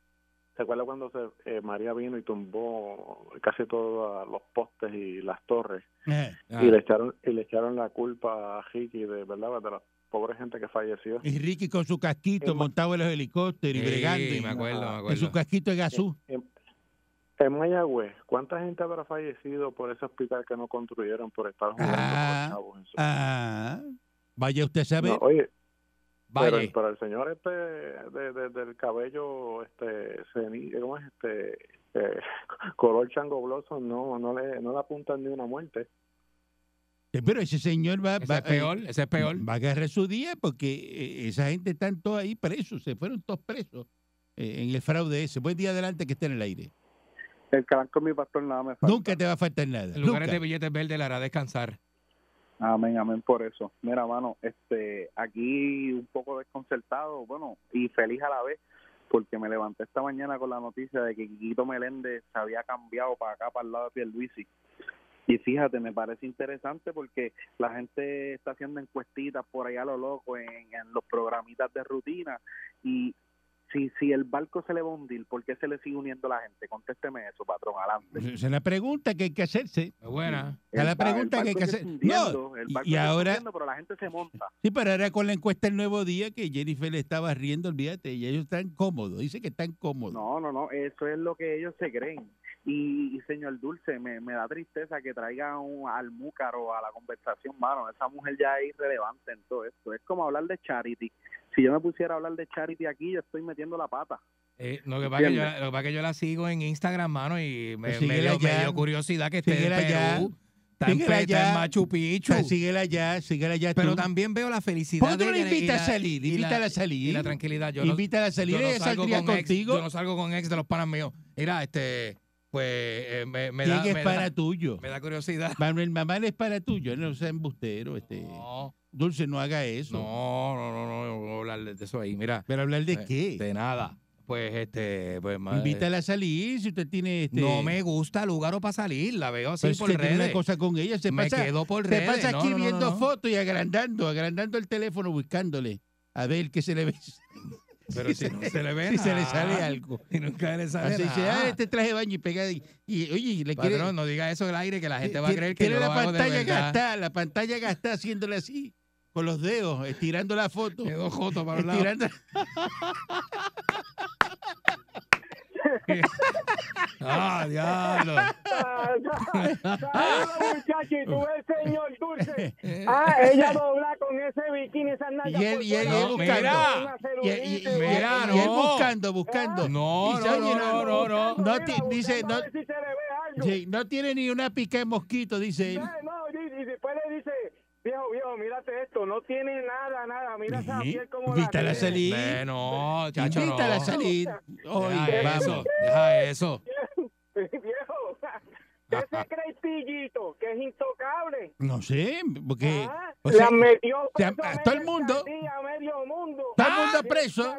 María vino y tumbó casi todos los postes y las torres
Ah,
y le echaron la culpa a Ricky de la pobre gente que falleció?
Y Ricky con su casquito montado en los helicópteros y
sí,
bregando. Y
me acuerdo.
en su casquito de gasú.
En Mayagüez, ¿cuánta gente habrá fallecido por ese hospital que no construyeron por estar jugando con los chavos en su...
Vaya usted a saber.
No, oye,
Vaya.
pero el señor del cabello ¿cómo es color chango blossom no le apuntan ni una muerte?
Pero ese señor
Ese es peor.
va a agarrar su día porque esa gente están todos ahí presos, se fueron todos presos en el fraude ese. Buen día, adelante, que esté en el aire.
El Caranco, mi pastor, nada me falta.
Nunca te va a faltar nada.
En lugares
Nunca.
de billetes verdes le hará descansar.
Amén por eso. Mira, mano, aquí un poco desconcertado, bueno, y feliz a la vez, porque me levanté esta mañana con la noticia de que Quiquito Meléndez se había cambiado para acá, para el lado de Pierluisi. Y fíjate, me parece interesante porque la gente está haciendo encuestitas por allá a lo loco en los programitas de rutina, y si el barco se le va a hundir, ¿por qué se le sigue uniendo la gente? Contésteme eso, patrón, adelante.
Esa es la pregunta que hay que hacerse.
Es buena.
Esa es la pregunta que hay que hacer. No, y ahora,
pero la gente se monta.
sí, pero ahora con la encuesta El Nuevo Día que Jennifer le estaba riendo, olvídate, y ellos están cómodos, dice que están cómodos.
No, eso es lo que ellos se creen. Y señor Dulce, me da tristeza que traiga al Múcaro a la conversación, mano. Esa mujer ya es irrelevante en todo esto. Es como hablar de Charity. si yo me pusiera a hablar de Charity aquí, yo estoy metiendo la pata.
Lo que pasa es que yo la sigo en Instagram, mano, y me
síguela
dio
ya.
curiosidad que esté en
Síguela
Perú.
Síguela
Está
ya.
en Machu Picchu.
Síguela ya.
Pero
tú.
también veo la felicidad
¿Por qué tú
de
la
ella
invitas
y
a salir? Invítala a salir.
y la tranquilidad.
Invítala a salir. Ella saldría contigo.
Yo no salgo con ex de los panas míos. Mira, pues me
¿Quién
da,
es
me
para
da,
tuyo?
me da curiosidad.
Manuel Mamán es para tuyo. No sea embustero.
No,
Dulce, no haga eso.
no voy a hablar de eso ahí. Mira,
¿Pero hablar de qué?
de nada. Pues
Invítala a salir si usted tiene
no me gusta Lugaro para salir, la veo así
Pero es
por
que tiene
redes.
una cosa con ella.
Me quedo por
Se
redes.
pasa aquí
No.
viendo fotos y agrandando el teléfono buscándole. A ver qué se le ve.
Pero si no se le ve
si se le
nada.
sale algo.
Y nunca le sale
Así dice,
nada.
este traje de baño y pega. Y oye, le quiere.
Patrón, no diga eso del aire que la gente va a creer que
tiene
yo
la
lo hago de
pantalla
verdad.
gastada, haciéndole así, con los dedos, estirando la foto.
Me doy joto para un lado.
Estirando.
Diablo.
Saludos, muchachos, y tú ves, señor Dulce. Ella dobla con ese bikini, esas nalgas.
Y él
No,
buscando.
mira.
Y él
no.
buscando.
No,
Y se oye,
no.
Dice,
A ver si se le ve algo.
sí, no tiene ni una pica de mosquito, dice él.
No, y después le dice, viejo, mírate esto, no tiene nada, mira esa piel como
Invítala a
la
salir.
No, chacho,
Invítala a
no.
salir. Hoy,
Deja eso.
Viejo, ¿qué se cree el pillito? Que es intocable.
No sé, porque
Ah,
o sea,
la metió
sea,
preso
a todo el mundo.
a medio mundo.
todo el mundo
Y
preso.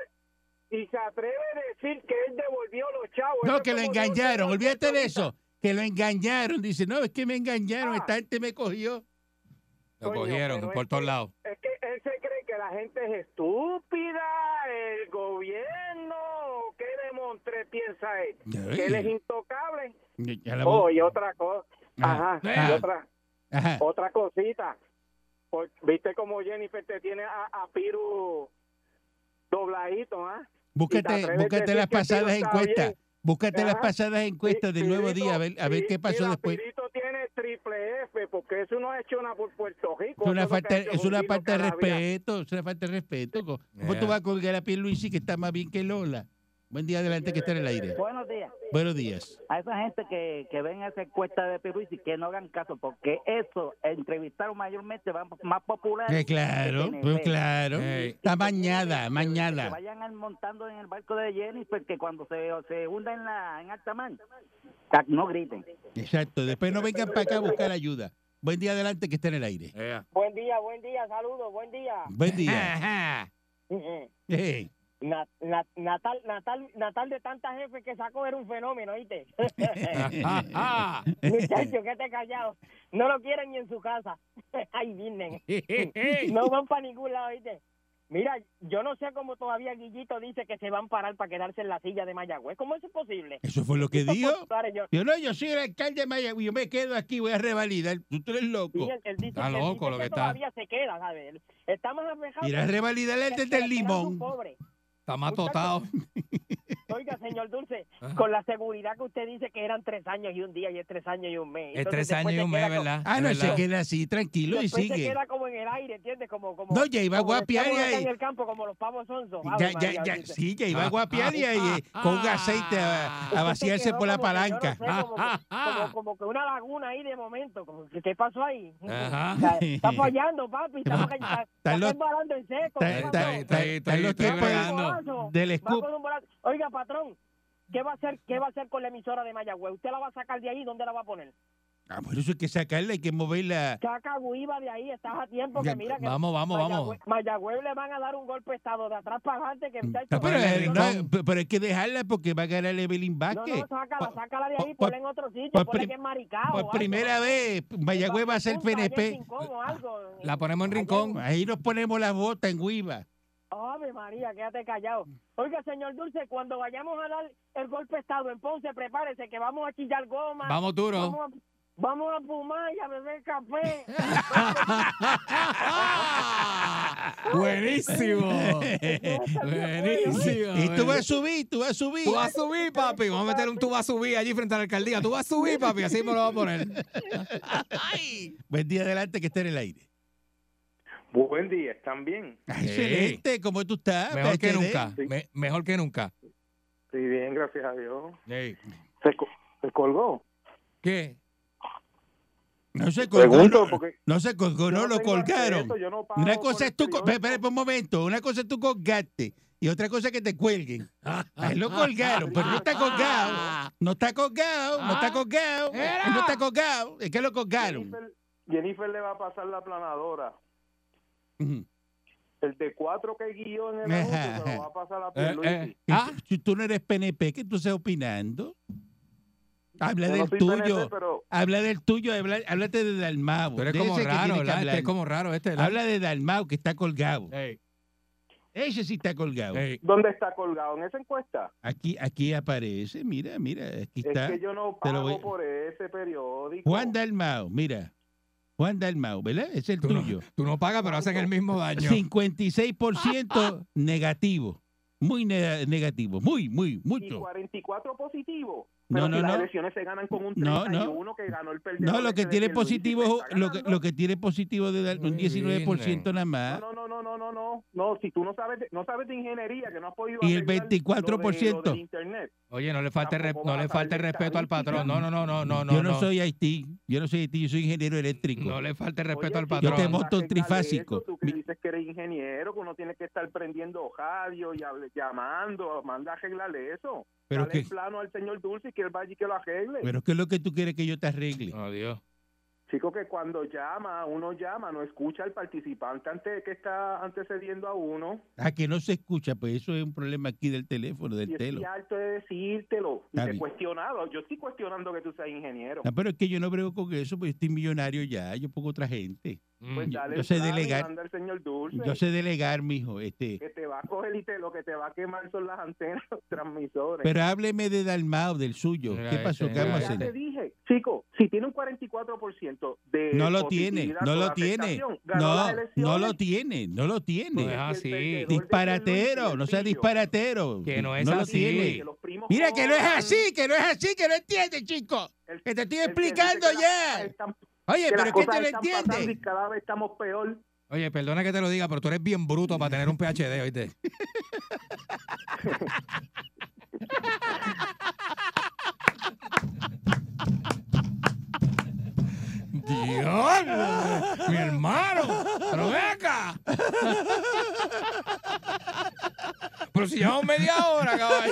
se atreve a decir que él devolvió los chavos.
No,
Eso
que lo
es como
engañaron.
yo
Olvídate de
ahorita.
eso. Que lo engañaron. Dice, no, es que me engañaron. Esta gente me cogió.
Lo
Coño,
cogieron
pero
por
es
todos
que-
lados.
Es que él se cree que la gente es estúpida, el gobierno, ¿qué demontre piensa él? Que él es intocable.
Ya la-
Oh, y otra cosa.
Ajá.
Ajá, y
Ajá.
otra cosita. ¿Viste cómo Jennifer te tiene a Piru dobladito, ah?
Búscate
atreves a
las
decir que
pasadas
Piro está
encuestas.
bien.
Búscate las
Ajá.
pasadas encuestas del Nuevo Día. A ver qué pasó
mira,
después.
Pirito tiene triple F, porque eso no ha hecho nada por Puerto Rico.
Es una
Eso lo que
falta,
ha hecho
es una
Julito
falta de
Caravia.
respeto. Es una falta de respeto. ¿Cómo
Yeah.
tú vas a colgar a Pierluisi que está más bien que Lola? Buen día, adelante, que está en el aire.
Buenos días.
Buenos días.
A esa gente que ven esa encuesta de Pierluisi que no hagan caso, porque eso, entrevistaron mayormente más populares.
Claro,
que
pues
PNP.
claro.
Ey.
Está mañada,
Que
mañada.
vayan montando en el barco de Jennifer, que cuando se hunda en alta mar, no griten.
Exacto. Después no vengan para acá a buscar ayuda. Buen día, adelante, que está en el aire.
Buen día, saludos, buen día.
Buen día.
Ajá.
Ey.
Natal de tantas jefes que sacó era un fenómeno, ¿oíste?
Ajá.
Muchachos, que te callado. No lo quieren ni en su casa. Ay, vienen. No van para ningún lado, ¿oíste? Mira, yo no sé cómo todavía Guillito dice que se van a parar para quedarse en la silla de Mayagüez. ¿Cómo eso es posible?
Eso fue lo que dijo.
Yo,
Yo soy el alcalde de Mayagüez, yo me quedo aquí, voy a revalidar. Tú eres loco.
sí, él dice,
Está
él
loco
dice
lo que está.
todavía se queda, ¿sabes? Está más afejado.
Ir a revalidar el desde el limón.
Pobre.
Está más totado.
Oiga, señor Dulce,
Ajá.
con la seguridad que usted dice que eran 3 años y un día y es 3 años y un mes.
Es
Entonces,
3 años
después
y
se
un
queda
mes,
como-
¿verdad?
Ah, no,
Es
se
verdad.
queda así, tranquilo y
Después se
sigue.
queda como en el aire, ¿entiendes? Como
No, ya iba a
como
guapiar
estamos
y
acá
ahí.
en el campo como los pavos sonsos.
Sí, ya iba a guapiar y ahí con aceite a vaciarse por la palanca.
Como que una laguna ahí de momento. ¿Qué pasó ahí?
Ajá.
Está fallando, papi. Está
los-
embalando en seco. ¿qué
Está-
pasó?
Están los
estoy
tiempos
bregando.
del
Va
scoop.
con un bolazo. Oiga, patrón, ¿qué va a hacer con la emisora de Mayagüez? ¿Usted la va a sacar de ahí? ¿Dónde la va a poner?
Ah, por eso hay que sacarla, hay que moverla.
Saca Guiva de ahí, estás a tiempo que mira que
Vamos.
Mayagüez le van a dar un golpe de estado de atrás para adelante que muchacho,
Ah, pero,
Rincón.
pero hay que dejarla porque va a ganar Evelyn
no,
Vázquez.
sácala de ahí,
Por-
ponla en otro sitio,
por
ponle
prim-
que es maricao.
Por primera vez, Mayagüez va a ser PNP.
La ponemos en rincón.
Ahí nos ponemos las botas en Guiva.
Ave María, quédate callado. Oiga, señor Dulce, cuando vayamos a dar el golpe de estado en Ponce, prepárese que vamos a chillar goma.
Vamos duro.
Vamos a fumar y a beber café.
Buenísimo. Buenísimo.
Y tú vas a subir,
Tú vas a subir, papi. Vamos a meter un tú vas a subir allí frente a la alcaldía. Tú vas a subir, papi. Así me lo va a poner.
Buen día, adelante, que esté en el aire.
Buen día, ¿están bien?
Ah, excelente, ¿cómo tú estás?
Mejor que
PhD?
nunca. Mejor que nunca.
Sí, bien, gracias a Dios.
Ey.
¿Se colgó?
¿Qué?
No se colgó,
Pregunto,
no,
porque
no se colgó,
yo
no
no
lo
tengo
colgaron.
acceso, yo no pago
Una
por
cosa
el
es tú,
periódico.
espera un momento, una cosa es tú colgaste y otra cosa es que te cuelguen. A él lo colgaron, pero no está colgado. No está colgado, no está colgado. Él no está colgado, es que lo colgaron.
Jennifer le va a pasar la planadora.
Ujú.
El de 4 que guió en el anuncio se lo va a pasar a Pierluisi.
Si tú no eres PNP, ¿qué tú estás opinando? Habla
Yo no
del
soy
tuyo.
PNP, pero
Habla del tuyo, háblate de Dalmau.
Tú eres
de
como
ese que
raro,
tiene que
¿verdad?
hablar.
Este es como raro, ¿verdad?
Habla de Dalmau, que está colgado.
Ey.
Ese sí está colgado.
Ey.
¿dónde está colgado? ¿En esa encuesta?
Aquí aparece, mira, aquí está.
Es que yo no
Te lo
pago
voy-
por ese periódico.
Juan Dalmau, mira. Juan Dalmau, ¿verdad? Es el
Tú no,
tuyo.
tú no pagas, pero hacen el mismo daño.
56% negativo. Muy negativo. Muy,
Y
mucho.
44 positivo.
No,
Pero
no,
si las
no.
elecciones se ganan con un
No,
31 que ganó el perdedor.
No, lo que
ese de
tiene
Pierluisi,
positivo,
pues está ganando.
lo que tiene positivo de dar un
Muy
19% nada más.
No, si tú no sabes de ingeniería, que no has podido
Y el
arreglar
24%.
lo del internet.
Oye, no le falte
Tampoco
no
vas
le
a
falte
saber de
respeto al
estadística.
patrón. No.
Yo no soy Haití, yo soy ingeniero eléctrico.
No le falte respeto
Oye,
al
si
Yo
patrón.
te monto un
arreglar
trifásico.
eso, tú que dices que eres ingeniero, que uno tiene que estar prendiendo radio y llamando, manda a arreglarle eso.
Pero
Dale
que-
el plano al señor Dulce y que él vaya y que lo arregle.
Pero ¿qué es lo que tú quieres que yo te arregle?
Oh, Dios.
Chico, que cuando uno llama, no escucha al participante que está antecediendo a uno.
A que no se escucha, pues eso es un problema aquí del teléfono, del
Y estoy
telo.
harto de decírtelo. Y
Está
te he
bien.
cuestionado. Yo estoy cuestionando que tú seas ingeniero.
No, pero es que yo no brego con eso, pues yo estoy millonario ya, yo pongo otra gente.
Pues
yo-
dale
yo
el
sé
plano y
delegar.
manda al señor Dulce.
Yo sé delegar, mijo.
Que te va a coger y lo que te va a quemar son las antenas, los transmisores.
Pero hábleme de Dalmau, del suyo.
Mira
¿Qué pasó?
este,
¿Qué vamos a
ya
hacer?
te dije, chico, si tiene un 44% de
No lo tiene,
positividad
no
con
lo
la
tiene.
aceptación, ganó las
No
elecciones,
lo tiene, no lo
No
tiene.
es
y el
así.
perdedor de
Disparatero,
Pierluisi,
no sea
el pillo.
disparatero.
Que no es
lo
así.
tiene.
Que los primos
Mira que no es
cobran,
así, que no es así, que no entiende, chico.
el-
Que te estoy
el que dice
explicando
que las
ya.
cosas están-
Oye,
que
pero
las
es que
cosas
te lo
están pasando
entiende.
y cada vez estamos peor.
Oye, perdona que te lo diga, pero tú eres bien bruto para tener un PhD, ¿oíste? ¡Dios! ¡Mi hermano! ¡Pero ven acá! Pero si llevamos media hora, caballo.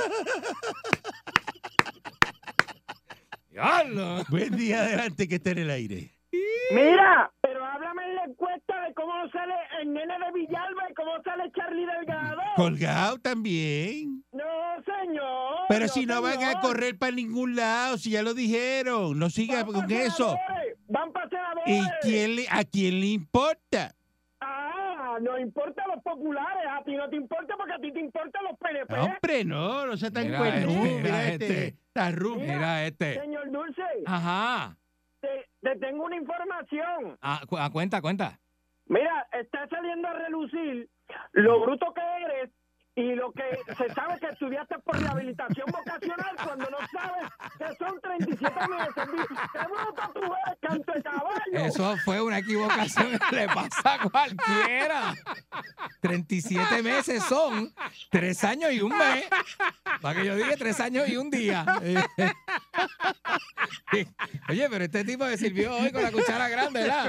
¡Diablo!
Buen día, adelante, que esté en el aire.
Mira, pero háblame en la encuesta de cómo sale el nene de Villalba y cómo sale Charlie Delgado.
Colgado también.
No, señor.
Pero si no van a
señor.
correr para ningún lado, si ya lo dijeron, no siga
Van
con
pa'
eso.
senadores, Van para senadores.
¿Y a quién le importa?
Ah, no importa a los populares. A ti no te importa porque a ti te importan los PNP.
Hombre, no sea tan
Mira
cuernú.
este,
Mira
mira
este.
este.
Tarru.
Mira este.
Señor Dulce,
Ajá.
te tengo una información.
Cuenta.
Mira, está saliendo a relucir lo bruto que eres y lo que se sabe que estudiaste por rehabilitación vocacional cuando no sabes que son 37 meses. ¡Qué bruto tú eres, canto de caballo!
Eso fue una equivocación que le pasa a cualquiera. 37 meses son 3 años y un mes. Para que yo diga 3 años y un día. Oye, pero este tipo me sirvió hoy con la cuchara grande, ¿verdad?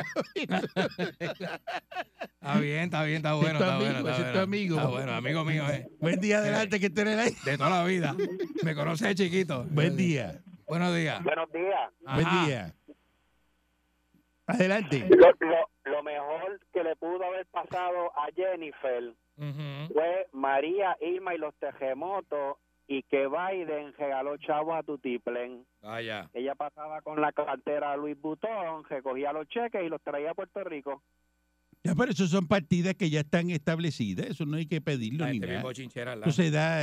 Está bien, está bueno.
Ese es tu amigo.
Está bueno, amigo mío,
Buen día, adelante, que esté en el aire.
de toda la vida. Me conoce de chiquito.
Buen día.
Buenos días.
Buenos días.
Buen
Ajá.
día. Adelante.
Lo mejor que le pudo haber pasado a Jennifer
Ujú.
fue María, Irma y los terremotos y que Biden regaló chavos a Tutiplen.
Vaya.
Ella pasaba con la cartera de Luis Butón, recogía los cheques y los traía a Puerto Rico.
Ya, pero eso son partidas que ya están establecidas. Eso no hay que pedirlo
La
ni
gente bien
nada.
bochinchera, ¿verdad?
Eso se da,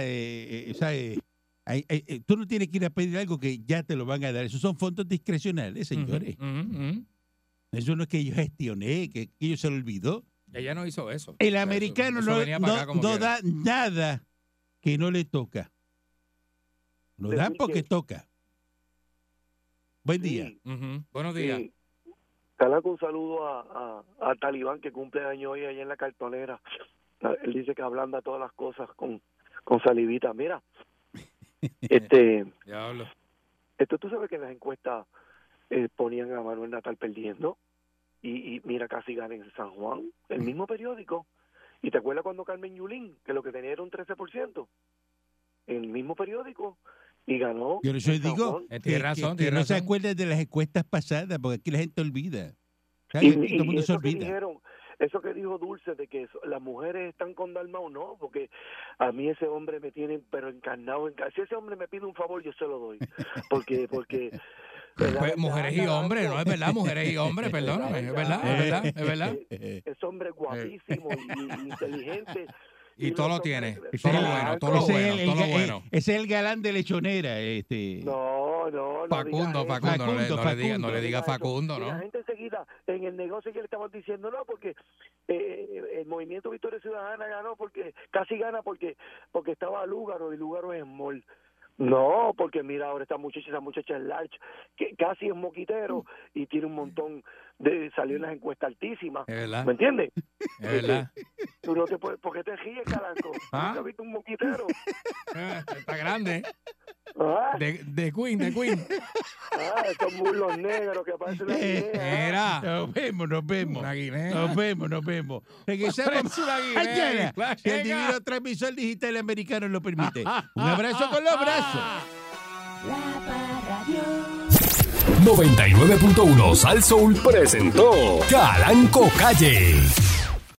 tú no tienes que ir a pedir algo que ya te lo van a dar. Esos son fondos discrecionales, señores.
Ujú, ujú.
Eso no es que yo gestioné, que ellos se lo olvidó.
Ella no hizo eso.
El
O sea,
americano
eso venía para acá como
no
quiera.
da nada que no le toca. Lo dan
Decir
porque
que-
toca. Buen día.
Sí,
Ujú. Buenos días.
sí.
Calanco, un saludo a Talibán, que cumple año hoy allá en la cartonera. Él dice que ablanda todas las cosas con salivita. Mira,
Diablo.
tú sabes que en las encuestas ponían a Manuel Natal perdiendo y mira, casi gana en San Juan, el mismo periódico. ¿Y te acuerdas cuando Carmen Yulín, que lo que tenía era un 13%? En el mismo periódico y ganó.
Yo eso digo que no se acuerdan de las encuestas pasadas, porque aquí la gente olvida.
Y
todo el mundo se
eso que
olvida.
dijeron, eso que dijo Dulce de que las mujeres están con Dalmau, no, porque a mí ese hombre me tiene pero encarnado. Si ese hombre me pide un favor, yo se lo doy. Porque
pues, mujeres y hombres, no es verdad, mujeres y hombres, perdóname, es verdad.
Ese hombre es guapísimo y inteligente.
Y todo lo tiene,
Ese
todo lo bueno.
Ese es el galán de Lechonera.
No.
Facundo, no le diga Facundo, ¿no?
La gente enseguida, en el negocio que le estaban diciendo, no, porque el Movimiento Victoria Ciudadana ganó, casi gana porque estaba Lúgaro, y Lúgaro es Mall. No, porque mira, ahora esa muchacha es large, que casi es moquitero y tiene un montón de salir en las encuestas altísimas. ¿Me entiendes?
Es verdad.
Tú no te puedes, ¿por qué te ríes, Calanco? ¿Nunca has visto un moquitero?
Está grande. De Queen.
Esos muslos negros que parecen una guinea.
Mira.
Nos vemos.
Una guinea.
Nos vemos. Regresamos mañana. Si el divino transmisor digital americano lo permite. Un abrazo con los brazos.
La Parradio 99.1 Sal Soul presentó Calanco Calle.